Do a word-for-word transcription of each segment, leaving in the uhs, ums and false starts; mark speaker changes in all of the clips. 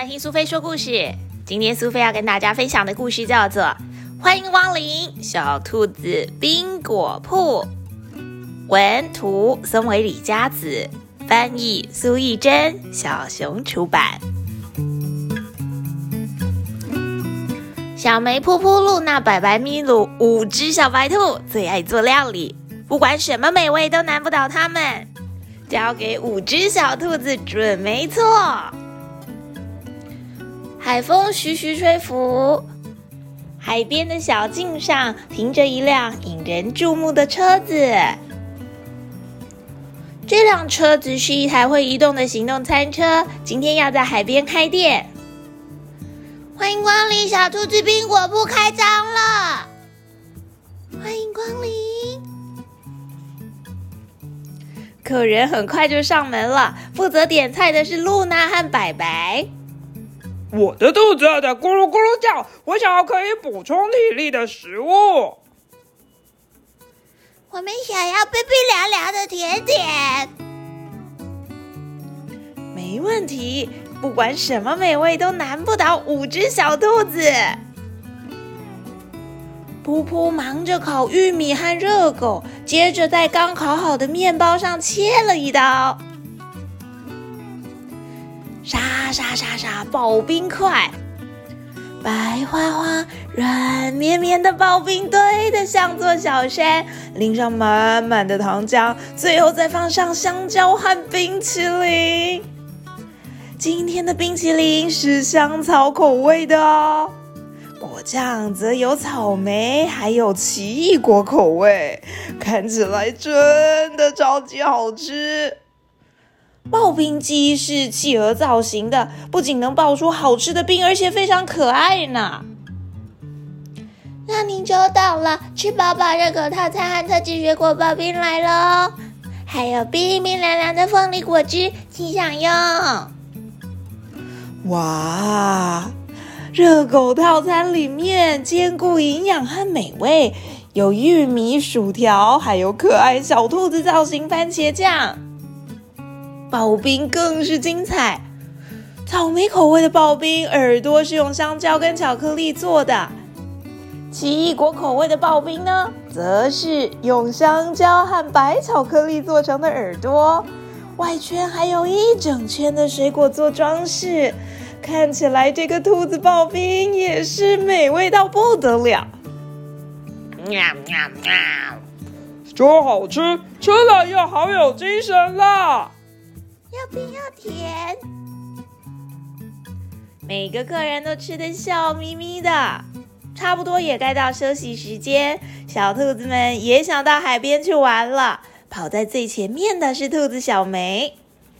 Speaker 1: 听苏菲说故事。今天苏菲要跟大家分享的故事叫做《欢迎光临小兔子冰果铺》，文图松尾里佳子，翻译苏艺珍，小熊出版。小梅、噗噗、露娜、白白、咪鲁五只小白兔最爱做料理，不管什么美味都难不倒它们。交给五只小兔子准没错。海风徐徐吹拂，海边的小径上停着一辆引人注目的车子。这辆车子是一台会移动的行动餐车，今天要在海边开店。欢迎光临小兔子冰果铺，开张了！欢迎光临。客人很快就上门了，负责点菜的是露娜和白白。
Speaker 2: 我的肚子饿得咕噜咕噜叫，我想要可以补充体力的食物。
Speaker 3: 我们想要冰冰凉凉的甜点。
Speaker 1: 没问题，不管什么美味都难不倒五只小兔子。噗噗忙着烤玉米和热狗，接着在刚烤好的面包上切了一刀。沙沙沙沙刨冰块，白花花软绵绵的刨冰堆得像座小山，淋上满满的糖浆，最后再放上香蕉和冰淇淋。今天的冰淇淋是香草口味的哦，果酱则有草莓还有奇异果口味，看起来真的超级好吃。刨冰机是企鹅造型的，不仅能爆出好吃的冰，而且非常可爱呢。
Speaker 3: 那您久等了，吃饱饱热狗套餐和特制水果刨冰来咯，还有冰冰凉凉的凤梨果汁，请享用。
Speaker 1: 哇，热狗套餐里面兼顾营养和美味，有玉米、薯条，还有可爱小兔子造型番茄酱。刨冰更是精彩，草莓口味的刨冰耳朵是用香蕉跟巧克力做的，奇异果口味的刨冰呢，则是用香蕉和白巧克力做成的耳朵，外圈还有一整圈的水果做装饰，看起来这个兔子刨冰也是美味到不得了。喵喵喵，
Speaker 2: 真好吃，吃了又好有精神啦！
Speaker 3: 要冰要甜。
Speaker 1: 每个客人都吃得笑眯眯的，差不多也该到休息时间，小兔子们也想到海边去玩了。跑在最前面的是兔子小梅，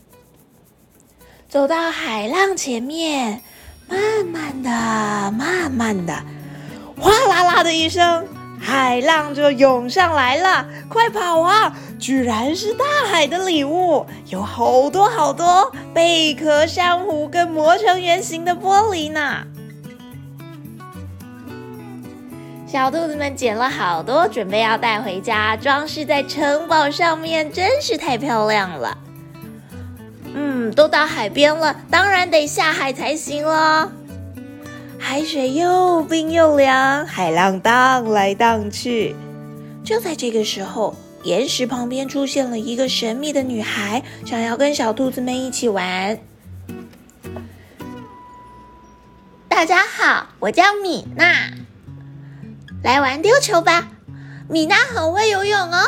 Speaker 1: 走到海浪前面，慢慢的慢慢的，哗啦啦的一声，海浪就涌上来了，快跑啊！居然是大海的礼物，有好多好多贝壳、珊瑚跟磨成圆形的玻璃呢。小兔子们捡了好多，准备要带回家，装饰在城堡上面，真是太漂亮了。嗯，都到海边了，当然得下海才行了。海水又冰又凉，海浪荡来荡去。就在这个时候，岩石旁边出现了一个神秘的女孩，想要跟小兔子们一起玩。
Speaker 3: 大家好，我叫米娜，来玩丢球吧。米娜很会游泳哦。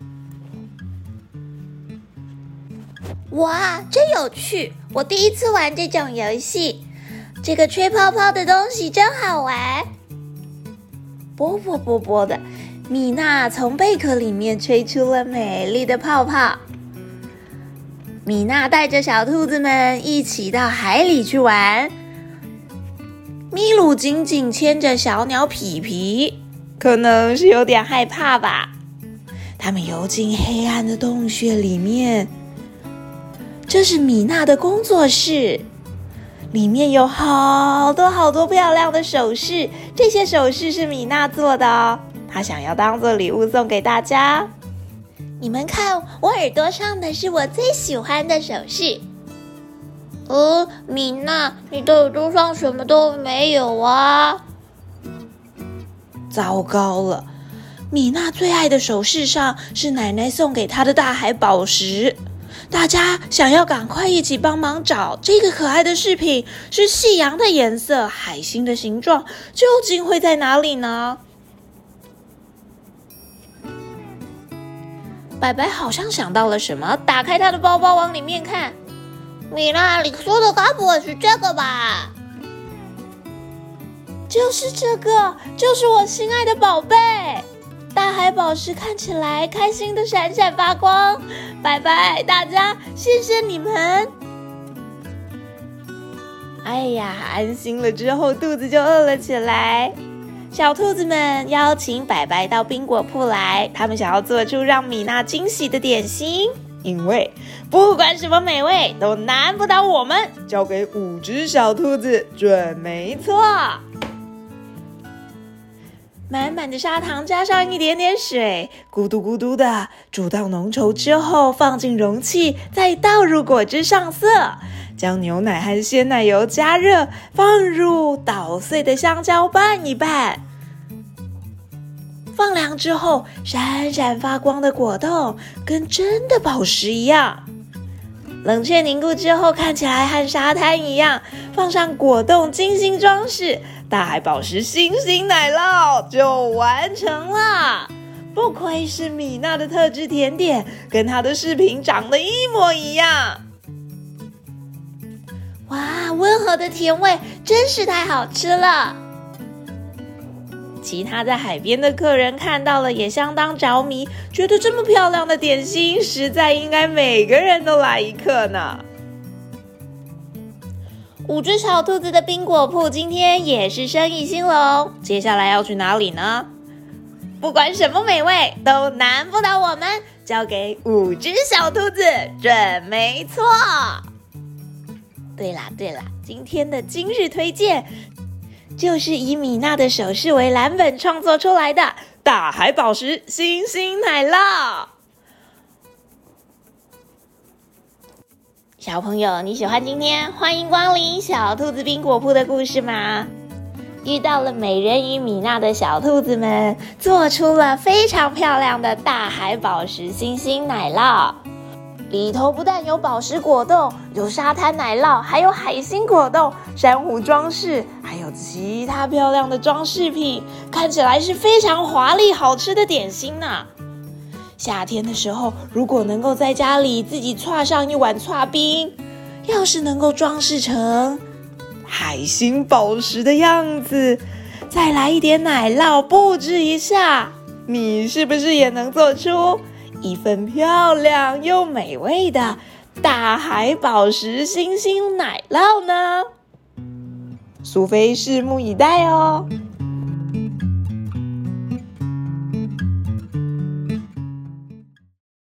Speaker 3: 哇，真有趣，我第一次玩这种游戏。这个吹泡泡的东西真好玩。
Speaker 1: 啵啵啵啵的，米娜从贝壳里面吹出了美丽的泡泡。米娜带着小兔子们一起到海里去玩。咪鲁紧紧牵着小鸟皮皮，可能是有点害怕吧。他们游进黑暗的洞穴里面，这是米娜的工作室，里面有好多好多漂亮的首饰，这些首饰是米娜做的哦，她想要当做礼物送给大家。
Speaker 3: 你们看，我耳朵上的是我最喜欢的首饰。 呃，米娜，你的耳朵上什么都没有啊！
Speaker 1: 糟糕了，米娜最爱的首饰上是奶奶送给她的大海宝石。大家想要赶快一起帮忙找这个可爱的饰品，是夕阳的颜色，海星的形状，究竟会在哪里呢？白白好像想到了什么，打开他的包包往里面看。
Speaker 3: 米娜，你说的该不会是这个吧？
Speaker 1: 就是这个，就是我心爱的宝贝。大海宝石看起来开心的闪闪发光，拜拜大家，谢谢你们。哎呀，安心了之后肚子就饿了起来。小兔子们邀请白白到冰果铺来，他们想要做出让米娜惊喜的点心，因为不管什么美味都难不倒我们，交给五只小兔子准没错。满满的砂糖加上一点点水，咕嘟咕嘟的煮到浓稠之后，放进容器，再倒入果汁上色，将牛奶和鲜奶油加热，放入捣碎的香蕉拌一拌。放凉之后，闪闪发光的果冻跟真的宝石一样。冷却凝固之后，看起来和沙滩一样，放上果冻精心装饰，大海宝石星星奶酪就完成了。不愧是米娜的特制甜点，跟她的饰品长得一模一样。
Speaker 3: 哇，温和的甜味真是太好吃了。
Speaker 1: 其他在海边的客人看到了也相当着迷，觉得这么漂亮的点心实在应该每个人都来一克呢。五只小兔子的冰果铺今天也是生意兴隆，接下来要去哪里呢？不管什么美味都难不倒我们，交给五只小兔子准没错。对啦对啦，今天的今日推荐就是以米娜的手势为蓝本创作出来的大海宝石星星奶酪。小朋友，你喜欢今天欢迎光临小兔子冰果铺的故事吗？遇到了美人鱼米娜的小兔子们做出了非常漂亮的大海宝石星星奶酪，里头不但有宝石果冻，有沙滩奶酪，还有海星果冻、珊瑚装饰，还有其他漂亮的装饰品，看起来是非常华丽好吃的点心呢。夏天的时候，如果能够在家里自己剉上一碗剉冰，要是能够装饰成海星宝石的样子，再来一点奶酪布置一下，你是不是也能做出一份漂亮又美味的大海宝石星星奶酪呢？苏菲拭目以待哦。